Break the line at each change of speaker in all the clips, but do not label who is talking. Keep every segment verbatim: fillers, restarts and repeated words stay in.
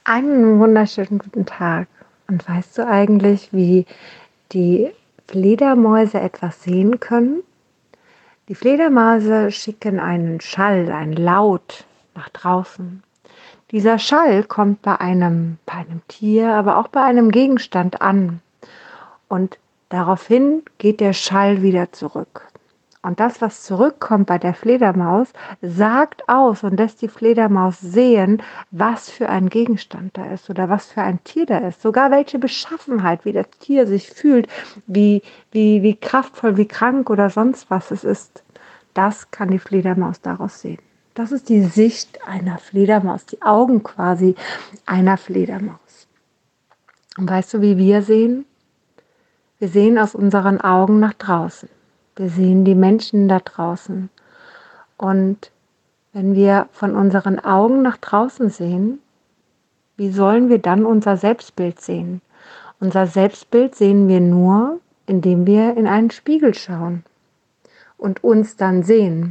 Einen wunderschönen guten Tag. Und weißt du eigentlich, wie die Fledermäuse etwas sehen können? Die Fledermäuse schicken einen Schall, einen Laut nach draußen. Dieser Schall kommt bei einem, bei einem Tier, aber auch bei einem Gegenstand an. Und daraufhin geht der Schall wieder zurück. Und das, was zurückkommt bei der Fledermaus, sagt aus und lässt die Fledermaus sehen, was für ein Gegenstand da ist oder was für ein Tier da ist. Sogar welche Beschaffenheit, wie das Tier sich fühlt, wie, wie, wie kraftvoll, wie krank oder sonst was es ist. Das kann die Fledermaus daraus sehen. Das ist die Sicht einer Fledermaus, die Augen quasi einer Fledermaus. Und weißt du, wie wir sehen? Wir sehen aus unseren Augen nach draußen. Wir sehen die Menschen da draußen. Und wenn wir von unseren Augen nach draußen sehen, wie sollen wir dann unser Selbstbild sehen? Unser Selbstbild sehen wir nur, indem wir in einen Spiegel schauen und uns dann sehen.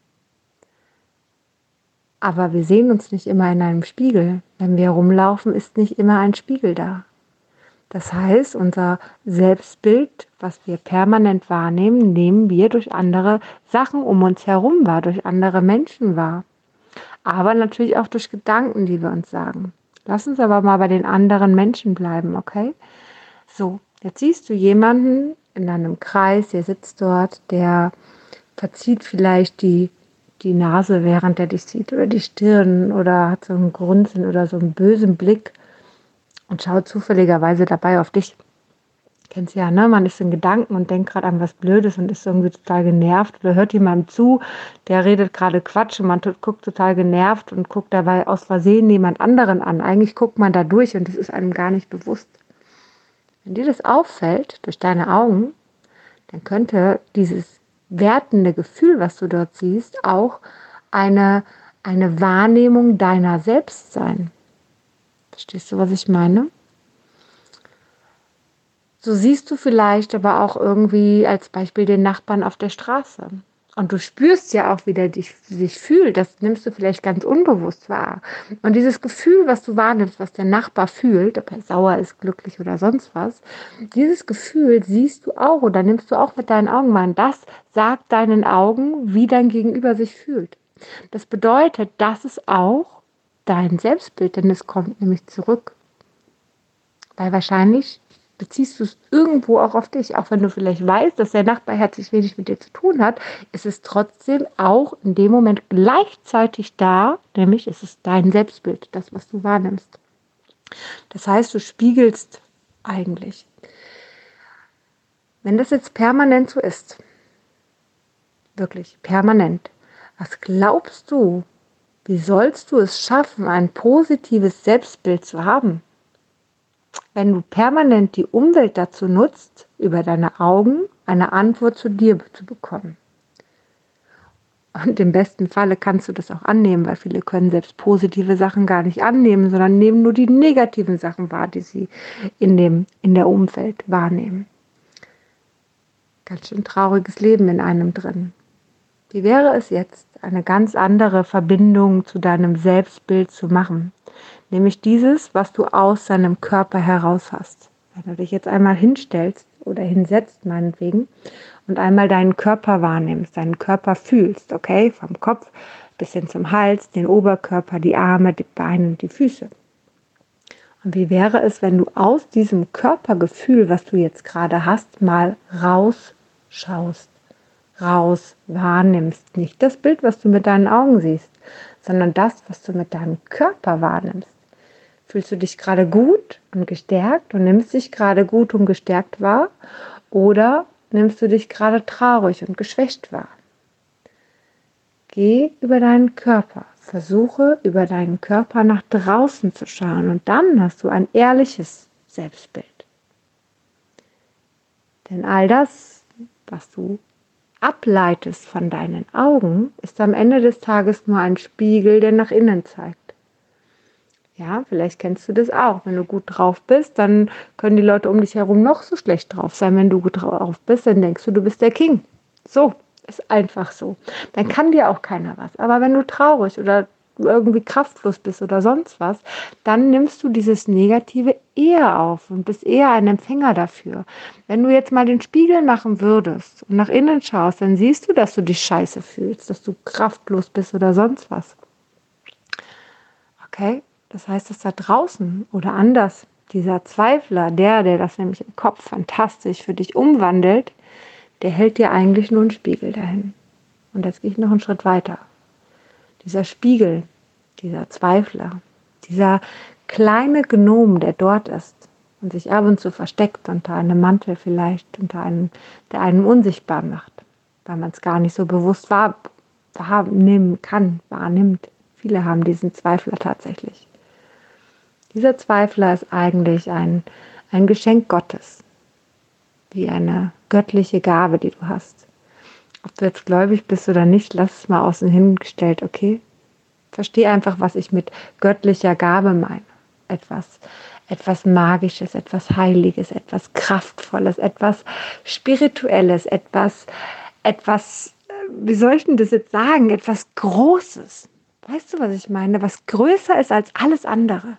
Aber wir sehen uns nicht immer in einem Spiegel. Wenn wir rumlaufen, ist nicht immer ein Spiegel da. Das heißt, unser Selbstbild, was wir permanent wahrnehmen, nehmen wir durch andere Sachen um uns herum wahr, durch andere Menschen wahr. Aber natürlich auch durch Gedanken, die wir uns sagen. Lass uns aber mal bei den anderen Menschen bleiben, okay? So, jetzt siehst du jemanden in einem Kreis, der sitzt dort, der verzieht vielleicht die, die Nase, während er dich sieht, oder die Stirn, oder hat so ein Grunzen oder so einen bösen Blick. Und schaut zufälligerweise dabei auf dich. Kennst ja, ne? Man ist in Gedanken und denkt gerade an was Blödes und ist irgendwie total genervt oder hört jemandem zu, der redet gerade Quatsch und man guckt total genervt und guckt dabei aus Versehen jemand anderen an. Eigentlich guckt man da durch und das ist einem gar nicht bewusst. Wenn dir das auffällt durch deine Augen, dann könnte dieses wertende Gefühl, was du dort siehst, auch eine, eine Wahrnehmung deiner selbst sein. Verstehst du, was ich meine? So siehst du vielleicht aber auch irgendwie als Beispiel den Nachbarn auf der Straße. Und du spürst ja auch, wie der dich, sich fühlt. Das nimmst du vielleicht ganz unbewusst wahr. Und dieses Gefühl, was du wahrnimmst, was der Nachbar fühlt, ob er sauer ist, glücklich oder sonst was, dieses Gefühl siehst du auch oder nimmst du auch mit deinen Augen wahr. Und das sagt deinen Augen, wie dein Gegenüber sich fühlt. Das bedeutet, das ist auch dein Selbstbild, denn es kommt nämlich zurück. Weil wahrscheinlich beziehst du es irgendwo auch auf dich. Auch wenn du vielleicht weißt, dass der Nachbar herzlich wenig mit dir zu tun hat, ist es trotzdem auch in dem Moment gleichzeitig da, nämlich es ist dein Selbstbild, das, was du wahrnimmst. Das heißt, du spiegelst eigentlich. Wenn das jetzt permanent so ist, wirklich permanent, was glaubst du, wie sollst du es schaffen, ein positives Selbstbild zu haben? Wenn du permanent die Umwelt dazu nutzt, über deine Augen eine Antwort zu dir zu bekommen. Und im besten Falle kannst du das auch annehmen, weil viele können selbst positive Sachen gar nicht annehmen, sondern nehmen nur die negativen Sachen wahr, die sie in, dem, in der Umwelt wahrnehmen. Ganz schön trauriges Leben in einem drin. Wie wäre es jetzt, eine ganz andere Verbindung zu deinem Selbstbild zu machen? Nämlich dieses, was du aus deinem Körper heraus hast. Wenn du dich jetzt einmal hinstellst oder hinsetzt, meinetwegen, und einmal deinen Körper wahrnimmst, deinen Körper fühlst, okay? Vom Kopf bis hin zum Hals, den Oberkörper, die Arme, die Beine und die Füße. Und wie wäre es, wenn du aus diesem Körpergefühl, was du jetzt gerade hast, mal rausschaust? Raus wahrnimmst. Nicht das Bild, was du mit deinen Augen siehst, sondern das, was du mit deinem Körper wahrnimmst. Fühlst du dich gerade gut und gestärkt und nimmst dich gerade gut und gestärkt wahr? Oder nimmst du dich gerade traurig und geschwächt wahr? Geh über deinen Körper. Versuche über deinen Körper nach draußen zu schauen und dann hast du ein ehrliches Selbstbild. Denn all das, was du ableitest von deinen Augen, ist am Ende des Tages nur ein Spiegel, der nach innen zeigt. Ja, vielleicht kennst du das auch. Wenn du gut drauf bist, dann können die Leute um dich herum noch so schlecht drauf sein. Wenn du gut drauf bist, dann denkst du, du bist der King. So, ist einfach so. Dann kann dir auch keiner was. Aber wenn du traurig oder du irgendwie kraftlos bist oder sonst was, dann nimmst du dieses Negative eher auf und bist eher ein Empfänger dafür. Wenn du jetzt mal den Spiegel machen würdest und nach innen schaust, dann siehst du, dass du dich scheiße fühlst, dass du kraftlos bist oder sonst was. Okay? Das heißt, dass da draußen oder anders, dieser Zweifler, der, der das nämlich im Kopf fantastisch für dich umwandelt, der hält dir eigentlich nur einen Spiegel dahin. Und jetzt gehe ich noch einen Schritt weiter. Dieser Spiegel, dieser Zweifler, dieser kleine Gnom, der dort ist und sich ab und zu versteckt unter einem Mantel vielleicht, unter einem, der einen unsichtbar macht, weil man es gar nicht so bewusst wahr, wahrnehmen kann, wahrnimmt. Viele haben diesen Zweifler tatsächlich. Dieser Zweifler ist eigentlich ein, ein Geschenk Gottes, wie eine göttliche Gabe, die du hast. Ob du jetzt gläubig bist oder nicht, lass es mal außen hingestellt, okay? Versteh einfach, was ich mit göttlicher Gabe meine. Etwas, etwas Magisches, etwas Heiliges, etwas Kraftvolles, etwas Spirituelles, etwas, etwas, wie soll ich denn das jetzt sagen, etwas Großes. Weißt du, was ich meine? Was größer ist als alles andere.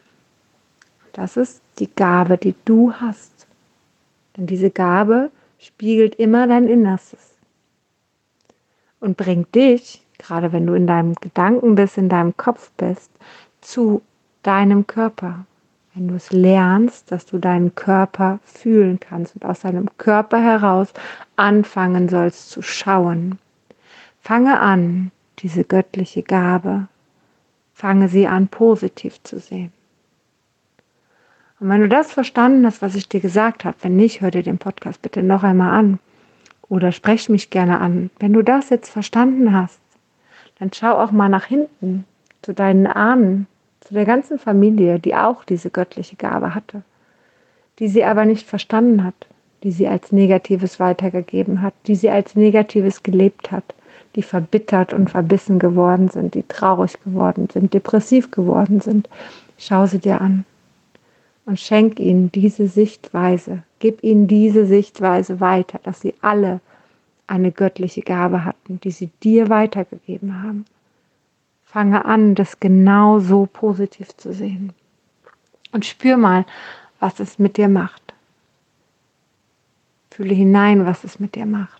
Das ist die Gabe, die du hast. Denn diese Gabe spiegelt immer dein Innerstes und bringt dich, gerade wenn du in deinem Gedanken bist, in deinem Kopf bist, zu deinem Körper. Wenn du es lernst, dass du deinen Körper fühlen kannst und aus deinem Körper heraus anfangen sollst zu schauen. Fange an, diese göttliche Gabe, fange sie an, positiv zu sehen. Und wenn du das verstanden hast, was ich dir gesagt habe, wenn nicht, hör dir den Podcast bitte noch einmal an oder sprech mich gerne an. Wenn du das jetzt verstanden hast, dann schau auch mal nach hinten zu deinen Ahnen, zu der ganzen Familie, die auch diese göttliche Gabe hatte, die sie aber nicht verstanden hat, die sie als Negatives weitergegeben hat, die sie als Negatives gelebt hat, die verbittert und verbissen geworden sind, die traurig geworden sind, depressiv geworden sind. Schau sie dir an. Und schenk ihnen diese Sichtweise, gib ihnen diese Sichtweise weiter, dass sie alle eine göttliche Gabe hatten, die sie dir weitergegeben haben. Fange an, das genau so positiv zu sehen. Und spür mal, was es mit dir macht. Fühle hinein, was es mit dir macht.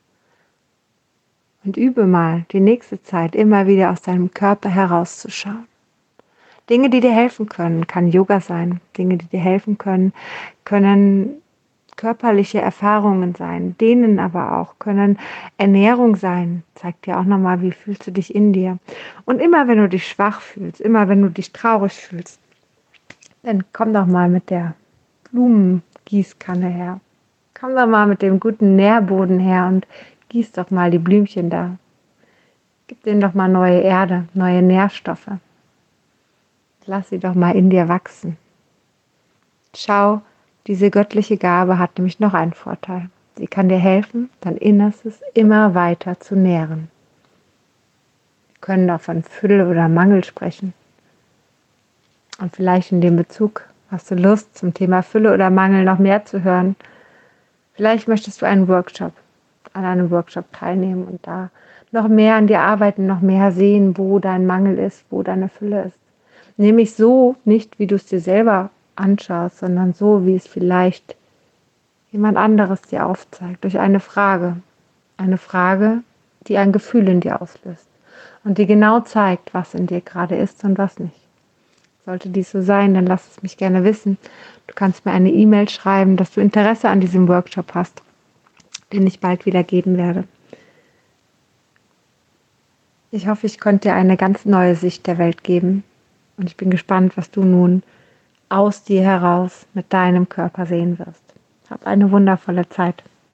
Und übe mal die nächste Zeit immer wieder aus deinem Körper herauszuschauen. Dinge, die dir helfen können, kann Yoga sein. Dinge, die dir helfen können, können körperliche Erfahrungen sein. Denen aber auch können Ernährung sein. Zeigt dir auch nochmal, wie fühlst du dich in dir. Und immer, wenn du dich schwach fühlst, immer, wenn du dich traurig fühlst, dann komm doch mal mit der Blumengießkanne her. Komm doch mal mit dem guten Nährboden her und gieß doch mal die Blümchen da. Gib denen doch mal neue Erde, neue Nährstoffe. Lass sie doch mal in dir wachsen. Schau, diese göttliche Gabe hat nämlich noch einen Vorteil. Sie kann dir helfen, dein Innerstes immer weiter zu nähren. Wir können auch von Fülle oder Mangel sprechen. Und vielleicht in dem Bezug hast du Lust, zum Thema Fülle oder Mangel noch mehr zu hören. Vielleicht möchtest du einen Workshop, an einem Workshop teilnehmen und da noch mehr an dir arbeiten, noch mehr sehen, wo dein Mangel ist, wo deine Fülle ist. Nämlich so, nicht wie du es dir selber anschaust, sondern so, wie es vielleicht jemand anderes dir aufzeigt, durch eine Frage. Eine Frage, die ein Gefühl in dir auslöst und die genau zeigt, was in dir gerade ist und was nicht. Sollte dies so sein, dann lass es mich gerne wissen. Du kannst mir eine E-Mail schreiben, dass du Interesse an diesem Workshop hast, den ich bald wieder geben werde. Ich hoffe, ich konnte dir eine ganz neue Sicht der Welt geben. Und ich bin gespannt, was du nun aus dir heraus mit deinem Körper sehen wirst. Hab eine wundervolle Zeit.